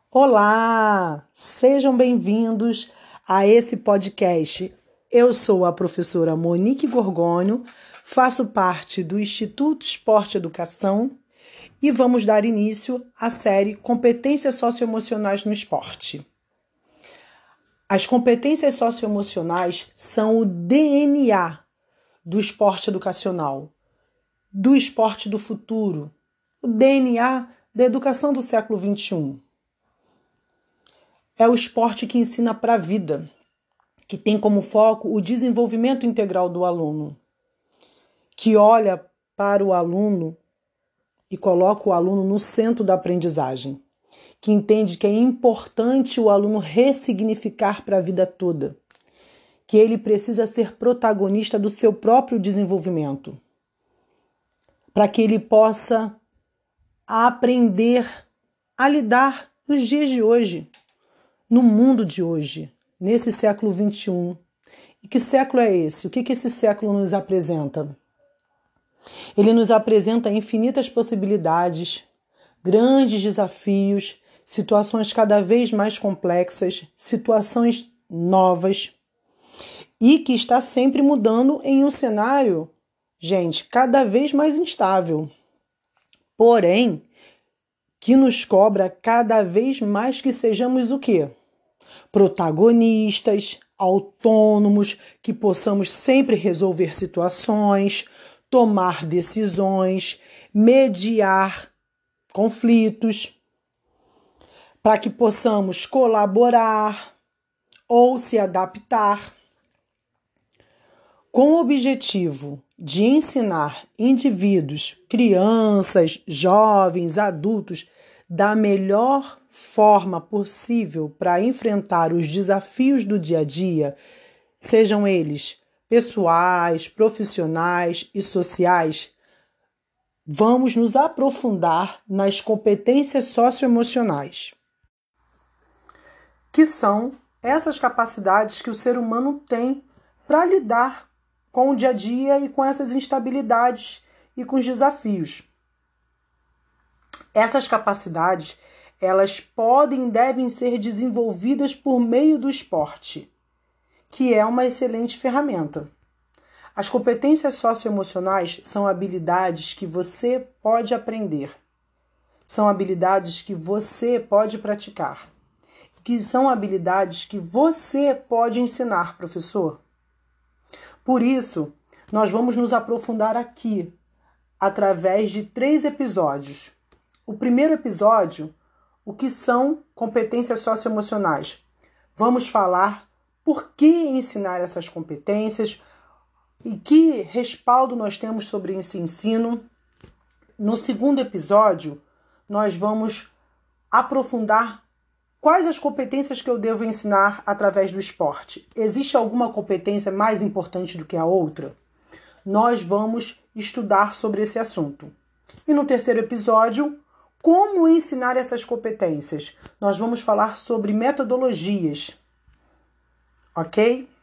Olá! Sejam bem-vindos a esse podcast. Eu sou a professora Monique Gorgônio, faço parte do Instituto Esporte Educação e vamos dar início à série Competências Socioemocionais no Esporte. As competências socioemocionais são o DNA do esporte educacional, do esporte do futuro, o DNA da educação do século XXI. É o esporte que ensina para a vida, que tem como foco o desenvolvimento integral do aluno, que olha para o aluno e coloca o aluno no centro da aprendizagem, que entende que é importante o aluno ressignificar para a vida toda, que ele precisa ser protagonista do seu próprio desenvolvimento, para que ele possa aprender a lidar nos dias de hoje, no mundo de hoje, nesse século XXI. E que século é esse? O que esse século nos apresenta? Ele nos apresenta infinitas possibilidades, grandes desafios, situações cada vez mais complexas, situações novas e que está sempre mudando em um cenário, gente, cada vez mais instável. Porém, que nos cobra cada vez mais que sejamos o quê? Protagonistas, autônomos, que possamos sempre resolver situações, tomar decisões, mediar conflitos, para que possamos colaborar ou se adaptar, com o objetivo de ensinar indivíduos, crianças, jovens, adultos, da melhor forma possível para enfrentar os desafios do dia a dia, sejam eles pessoais, profissionais e sociais. Vamos nos aprofundar nas competências socioemocionais, que são essas capacidades que o ser humano tem para lidar com o dia a dia e com essas instabilidades e com os desafios. Essas capacidades, elas podem e devem ser desenvolvidas por meio do esporte, que é uma excelente ferramenta. As competências socioemocionais são habilidades que você pode aprender, são habilidades que você pode praticar, que são habilidades que você pode ensinar, professor. Por isso, nós vamos nos aprofundar aqui, através de 3 episódios. O primeiro episódio, o que são competências socioemocionais? Vamos falar por que ensinar essas competências e que respaldo nós temos sobre esse ensino. No segundo episódio, nós vamos aprofundar quais as competências que eu devo ensinar através do esporte. Existe alguma competência mais importante do que a outra? Nós vamos estudar sobre esse assunto. E no terceiro episódio, como ensinar essas competências? Nós vamos falar sobre metodologias, ok?